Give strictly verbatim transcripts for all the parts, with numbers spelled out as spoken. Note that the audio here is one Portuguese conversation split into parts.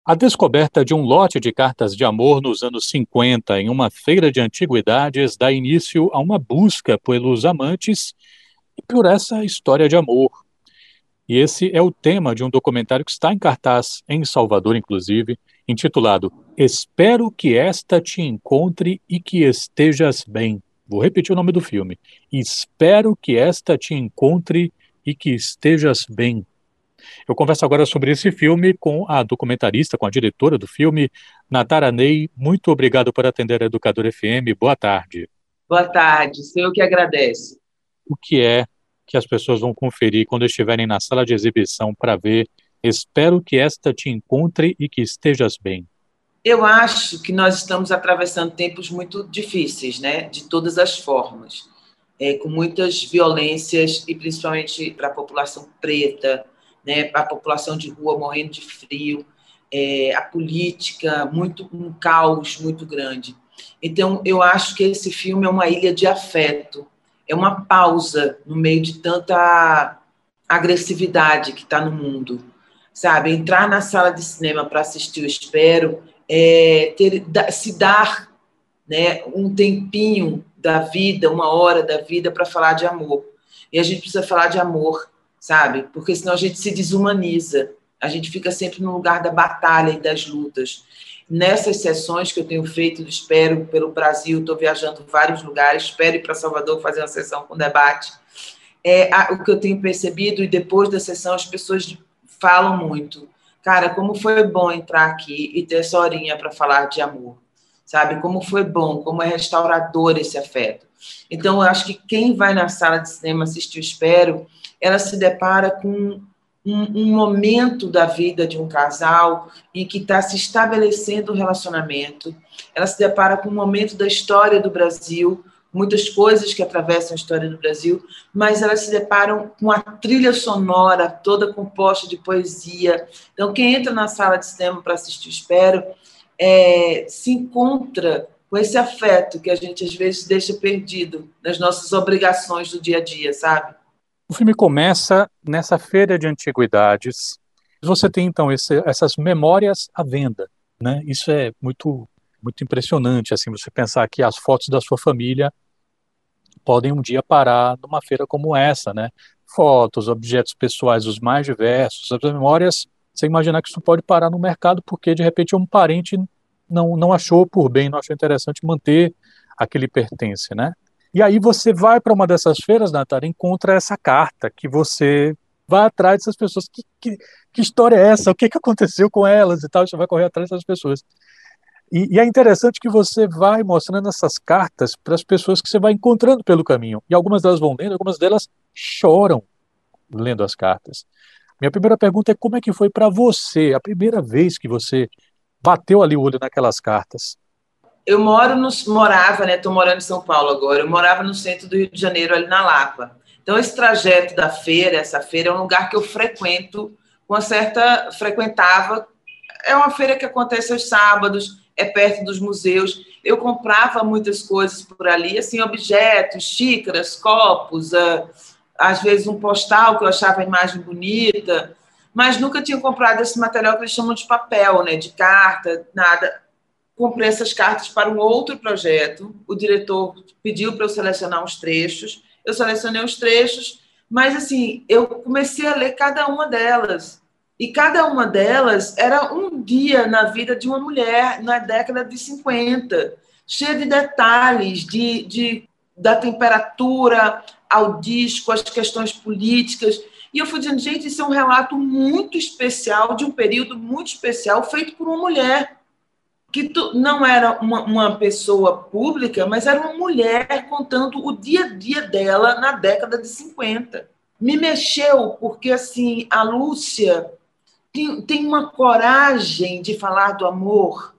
A descoberta de um lote de cartas de amor nos anos cinquenta em uma feira de antiguidades dá início a uma busca pelos amantes e por essa história de amor. E esse é o tema de um documentário que está em cartaz em Salvador, inclusive, intitulado Espero que esta te encontre e que estejas bem. Vou repetir o nome do filme. Espero que esta te encontre e que estejas bem. Eu converso agora sobre esse filme com a documentarista, com a diretora do filme, Natara Ney. Muito obrigado por atender a Educador F M. Boa tarde. Boa tarde, sou eu que agradeço. O que é que as pessoas vão conferir quando estiverem na sala de exibição para ver Espero que esta te encontre e que estejas bem? Eu acho que nós estamos atravessando tempos muito difíceis, né? De todas as formas, é, com muitas violências e principalmente para a população preta, né? Para a população de rua morrendo de frio, é, a política muito um caos muito grande. Então, eu acho que esse filme é uma ilha de afeto, é uma pausa no meio de tanta agressividade que está no mundo, sabe? Entrar na sala de cinema para assistir o Espero é ter, se dar, né, um tempinho da vida, uma hora da vida para falar de amor. E a gente precisa falar de amor, sabe? Porque senão a gente se desumaniza, a gente fica sempre no lugar da batalha e das lutas. Nessas sessões que eu tenho feito, espero pelo Brasil, estou viajando vários lugares, espero ir para Salvador fazer uma sessão com debate. É, a, o que eu tenho percebido, e depois da sessão as pessoas falam muito. Cara, como foi bom entrar aqui e ter essa horinha para falar de amor, sabe? Como foi bom, como é restaurador esse afeto. Então, eu acho que quem vai na sala de cinema assistir o Espero, ela se depara com um, um momento da vida de um casal em que está se estabelecendo um relacionamento. Ela se depara com um momento da história do Brasil, muitas coisas que atravessam a história do Brasil, mas elas se deparam com a trilha sonora toda composta de poesia. Então, quem entra na sala de cinema para assistir Espero é, se encontra com esse afeto que a gente, às vezes, deixa perdido nas nossas obrigações do dia a dia, sabe? O filme começa nessa feira de antiguidades. Você tem, então, esse, essas memórias à venda, né? Isso é muito, muito impressionante, assim, você pensar que as fotos da sua família podem um dia parar numa feira como essa, né? Fotos, objetos pessoais os mais diversos, as memórias, você imaginar que isso pode parar no mercado porque, de repente, um parente não, não achou por bem, não achou interessante manter aquele pertence, né? E aí você vai para uma dessas feiras, Natália, e encontra essa carta que você vai atrás dessas pessoas. Que, que, que história é essa? O que, que aconteceu com elas e tal? Você vai correr atrás dessas pessoas. E, e é interessante que você vai mostrando essas cartas para as pessoas que você vai encontrando pelo caminho. E algumas delas vão lendo, algumas delas choram lendo as cartas. Minha primeira pergunta é como é que foi para você, a primeira vez que você bateu ali o olho naquelas cartas? Eu moro no, morava, né? Estou morando em São Paulo agora. Eu morava no centro do Rio de Janeiro, ali na Lapa. Então, esse trajeto da feira, essa feira é um lugar que eu frequento com uma certa frequentava. É uma feira que acontece aos sábados, é perto dos museus. Eu comprava muitas coisas por ali, assim, objetos, xícaras, copos, uh, às vezes um postal que eu achava a imagem bonita, mas nunca tinha comprado esse material que eles chamam de papel, né? De carta, nada. Comprei essas cartas para um outro projeto. O diretor pediu para eu selecionar uns trechos. Eu selecionei os trechos, mas assim, eu comecei a ler cada uma delas. E cada uma delas era um dia na vida de uma mulher na década de cinquenta, cheia de detalhes, de, de, da temperatura ao disco, as questões políticas. E eu fui dizendo, gente, isso é um relato muito especial, de um período muito especial, feito por uma mulher que tu, não era uma, uma pessoa pública, mas era uma mulher contando o dia a dia dela na década de cinquenta. Me mexeu, porque assim, a Lúcia tem, tem uma coragem de falar do amor.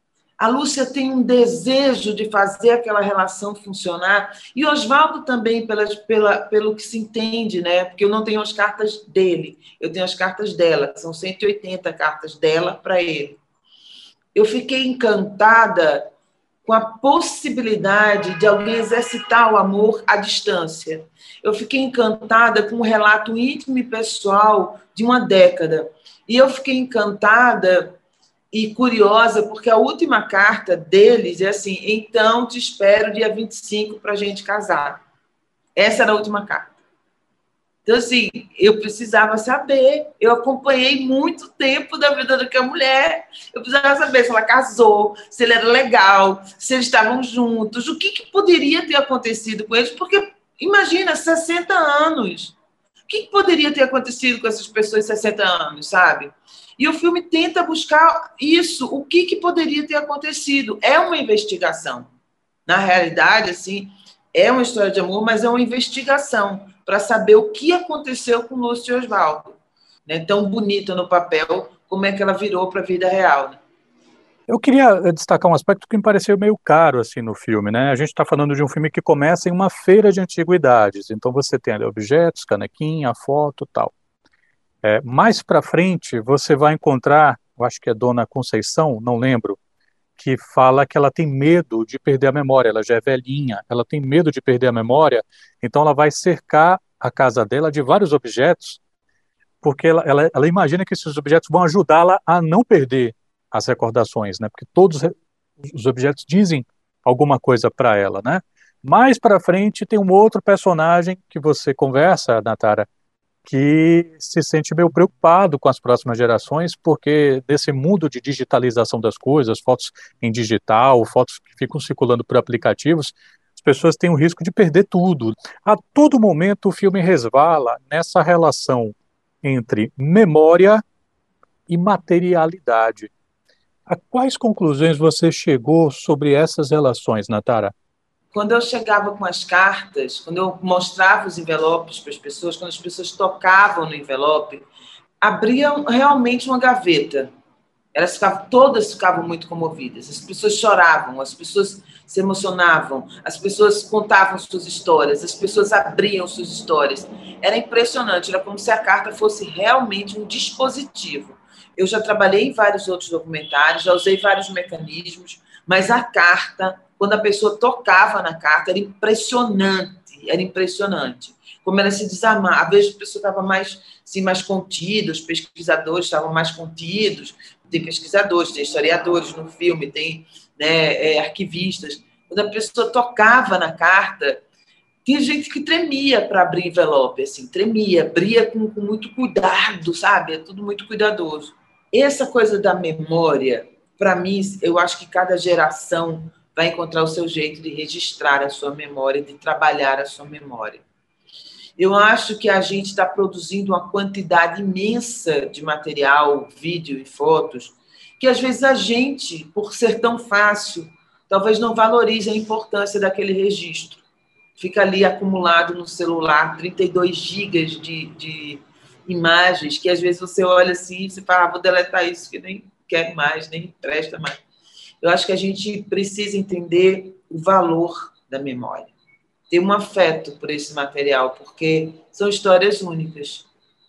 A Lúcia tem um desejo de fazer aquela relação funcionar. E o Oswaldo também, pela, pela, pelo que se entende, né? Porque eu não tenho as cartas dele, eu tenho as cartas dela, que são cento e oitenta cartas dela para ele. Eu fiquei encantada com a possibilidade de alguém exercitar o amor à distância. Eu fiquei encantada com um relato íntimo e pessoal de uma década. E eu fiquei encantada e curiosa, porque a última carta deles é assim: então te espero dia vinte e cinco para a gente casar. Essa era a última carta. Então, assim, eu precisava saber. Eu acompanhei muito tempo da vida daquela mulher. Eu precisava saber se ela casou, se ele era legal, se eles estavam juntos, o que, que poderia ter acontecido com eles, porque, imagina, sessenta anos. O que, que poderia ter acontecido com essas pessoas de sessenta anos, sabe? E o filme tenta buscar isso, o que, que poderia ter acontecido. É uma investigação. Na realidade, assim, é uma história de amor, mas é uma investigação para saber o que aconteceu com Lúcia e Oswaldo. Né? Tão bonita no papel, como é que ela virou para a vida real. Né? Eu queria destacar um aspecto que me pareceu meio caro assim, no filme. Né? A gente está falando de um filme que começa em uma feira de antiguidades. Então você tem ali objetos, canequinha, foto e tal. É, mais para frente, você vai encontrar, eu acho que é Dona Conceição, não lembro, que fala que ela tem medo de perder a memória, ela já é velhinha, ela tem medo de perder a memória, então ela vai cercar a casa dela de vários objetos, porque ela, ela, ela imagina que esses objetos vão ajudá-la a não perder as recordações, né? Porque todos os objetos dizem alguma coisa para ela, né? Mais para frente tem um outro personagem que você conversa, Natara, que se sente meio preocupado com as próximas gerações, porque nesse mundo de digitalização das coisas, fotos em digital, fotos que ficam circulando por aplicativos, as pessoas têm o risco de perder tudo. A todo momento o filme resvala nessa relação entre memória e materialidade. A quais conclusões você chegou sobre essas relações, Natara? Quando eu chegava com as cartas, quando eu mostrava os envelopes para as pessoas, quando as pessoas tocavam no envelope, abriam realmente uma gaveta. Elas ficavam, todas ficavam muito comovidas. As pessoas choravam, as pessoas se emocionavam, as pessoas contavam suas histórias, as pessoas abriam suas histórias. Era impressionante, era como se a carta fosse realmente um dispositivo. Eu já trabalhei em vários outros documentários, já usei vários mecanismos, mas a carta, quando a pessoa tocava na carta, era impressionante, era impressionante. Como ela se desarmava. Às vezes a pessoa estava mais, assim, mais contida, os pesquisadores estavam mais contidos. Tem pesquisadores, tem historiadores no filme, tem, né, é, arquivistas. Quando a pessoa tocava na carta, tinha gente que tremia para abrir envelope, assim, tremia, abria com, com muito cuidado, sabe? É tudo muito cuidadoso. Essa coisa da memória, para mim, eu acho que cada geração vai encontrar o seu jeito de registrar a sua memória, de trabalhar a sua memória. Eu acho que a gente está produzindo uma quantidade imensa de material, vídeo e fotos, que às vezes a gente, por ser tão fácil, talvez não valorize a importância daquele registro. Fica ali acumulado no celular trinta e dois gigas de, de imagens, que às vezes você olha assim e você fala, ah, vou deletar isso, que nem quero mais, nem presta mais. Eu acho que a gente precisa entender o valor da memória. Ter um afeto por esse material, porque são histórias únicas.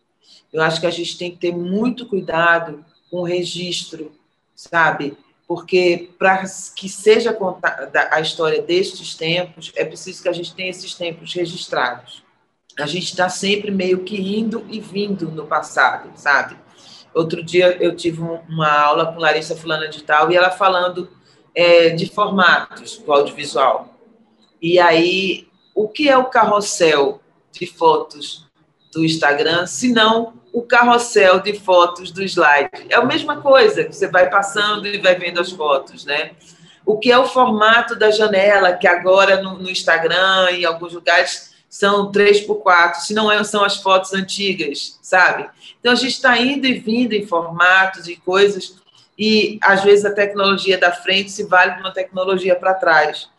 Eu acho que a gente tem que ter muito cuidado com o registro, sabe? Porque para que seja contada a história destes tempos, é preciso que a gente tenha esses tempos registrados. A gente está sempre meio que indo e vindo no passado, sabe? Outro dia eu tive uma aula com Larissa Fulana de Tal e ela falando é, de formatos do audiovisual. E aí, o que é o carrossel de fotos do Instagram, se não o carrossel de fotos do slide? É a mesma coisa, você vai passando e vai vendo as fotos, né? O que é o formato da janela, que agora no, no Instagram, em alguns lugares, são três por quatro, se não são as fotos antigas, sabe? Então, a gente está indo e vindo em formatos e coisas, e, às vezes, a tecnologia da frente se vale de uma tecnologia para trás.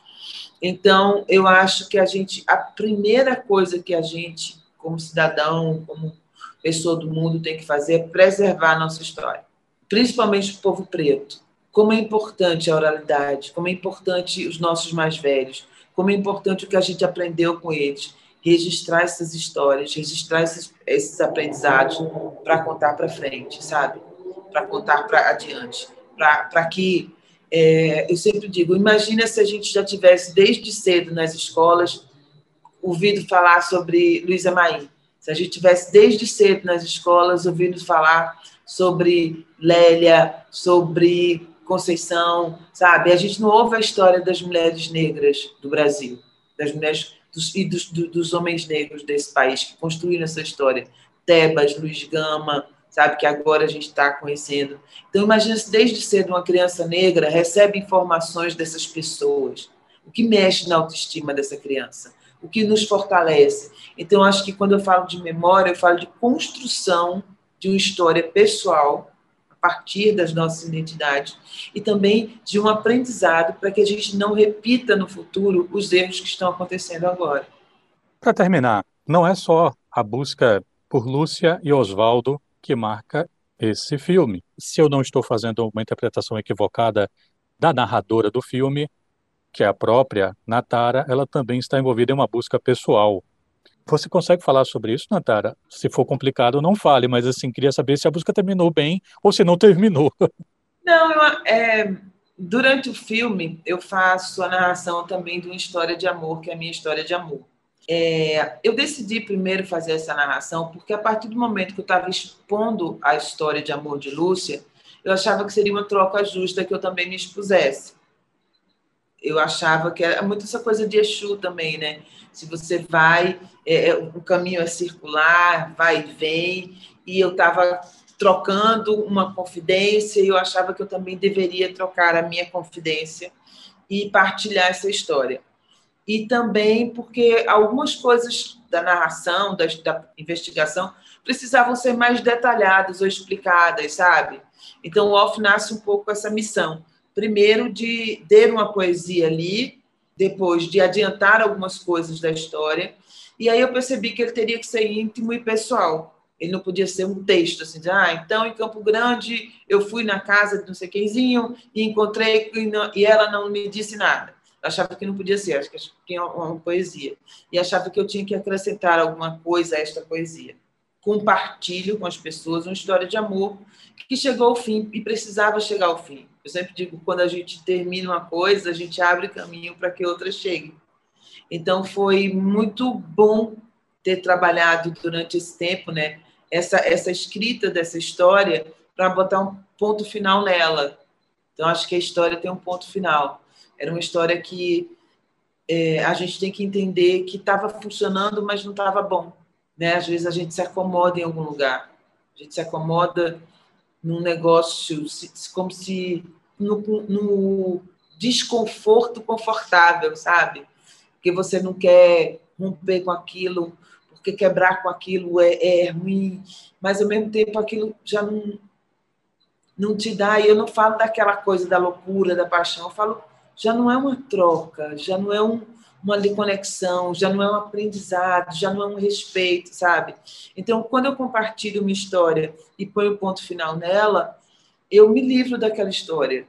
Então, eu acho que a gente, a primeira coisa que a gente, como cidadão, como pessoa do mundo, tem que fazer é preservar a nossa história, principalmente o povo preto. Como é importante a oralidade, como é importante os nossos mais velhos, como é importante o que a gente aprendeu com eles, registrar essas histórias, registrar esses, esses aprendizados para contar para frente, sabe? Para contar para adiante, para que É, eu sempre digo, imagina se a gente já tivesse, desde cedo nas escolas, ouvido falar sobre Luísa Maim, Se a gente tivesse desde cedo nas escolas ouvindo falar sobre Lélia, sobre Conceição, sabe? A gente não ouve a história das mulheres negras do Brasil, das mulheres dos, e dos, dos homens negros desse país que construíram essa história. Tebas, Luiz Gama, sabe? Que agora a gente está conhecendo. Então, imagina se desde cedo uma criança negra recebe informações dessas pessoas, o que mexe na autoestima dessa criança, o que nos fortalece. Então, acho que quando eu falo de memória, eu falo de construção de uma história pessoal, a partir das nossas identidades, e também de um aprendizado para que a gente não repita no futuro os erros que estão acontecendo agora. Para terminar, não é só a busca por Lúcia e Oswaldo que marca esse filme. Se eu não estou fazendo uma interpretação equivocada da narradora do filme, que é a própria Natara, ela também está envolvida em uma busca pessoal. Você consegue falar sobre isso, Natara? Se for complicado, não fale, mas assim, queria saber se a busca terminou bem ou se não terminou. Não, eu, é, durante o filme, eu faço a narração também de uma história de amor, que é a minha história de amor. É, eu decidi primeiro fazer essa narração porque, a partir do momento que eu estava expondo a história de amor de Lúcia, eu achava que seria uma troca justa que eu também me expusesse. Eu achava que era muito essa coisa de Exu também, né? Se você vai, é, o caminho é circular, vai e vem, e eu estava trocando uma confidência, e eu achava que eu também deveria trocar a minha confidência e partilhar essa história. E também porque algumas coisas da narração, da, da investigação, precisavam ser mais detalhadas ou explicadas, sabe? Então, o off nasce um pouco com essa missão. Primeiro, de ter uma poesia ali, depois de adiantar algumas coisas da história, e aí eu percebi que ele teria que ser íntimo e pessoal. Ele não podia ser um texto, assim, de, ah, então, em Campo Grande, eu fui na casa de não sei quemzinho e encontrei, e, não, e ela não me disse nada. Eu achava que não podia ser, acho que tinha uma, uma poesia. E achava que eu tinha que acrescentar alguma coisa a esta poesia. Compartilho com as pessoas uma história de amor que chegou ao fim e precisava chegar ao fim. Eu sempre digo, quando a gente termina uma coisa, a gente abre caminho para que outra chegue. Então, foi muito bom ter trabalhado durante esse tempo, né, essa, essa escrita dessa história para botar um ponto final nela. Então, acho que a história tem um ponto final. Era uma história que é, a gente tem que entender que estava funcionando, mas não estava bom. Né? Às vezes a gente se acomoda em algum lugar. A gente se acomoda num negócio como se no, no desconforto confortável, sabe? Porque você não quer romper com aquilo, porque quebrar com aquilo é, é ruim, mas, ao mesmo tempo, aquilo já não, não te dá. E eu não falo daquela coisa da loucura, da paixão, eu falo, já não é uma troca, já não é um, uma conexão, já não é um aprendizado, já não é um respeito, sabe? Então, quando eu compartilho uma história e ponho o ponto final nela, eu me livro daquela história.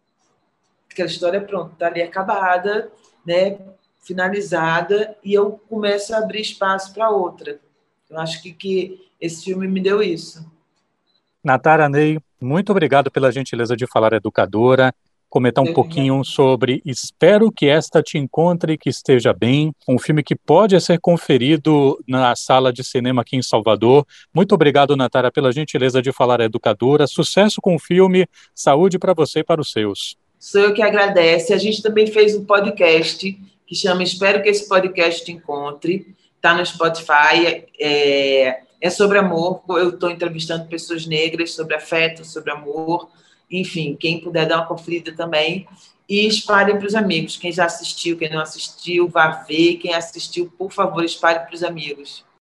Aquela história, pronto, está ali acabada, né? Finalizada, e eu começo a abrir espaço para outra. Eu acho que, que esse filme me deu isso. Natara Ney, muito obrigado pela gentileza de falar educadora, comentar um pouquinho sobre Espero que Esta Te Encontre, que esteja bem, um filme que pode ser conferido na sala de cinema aqui em Salvador. Muito obrigado, Natara, pela gentileza de falar educadora. Sucesso com o filme, saúde para você e para os seus. Sou eu que agradeço. A gente também fez um podcast que chama Espero que esse podcast te encontre. Está no Spotify. É, é sobre amor. Eu estou entrevistando pessoas negras sobre afeto, sobre amor. Enfim, quem puder dar uma conferida também. E espalhem para os amigos. Quem já assistiu, quem não assistiu, vá ver. Quem assistiu, por favor, espalhe para os amigos.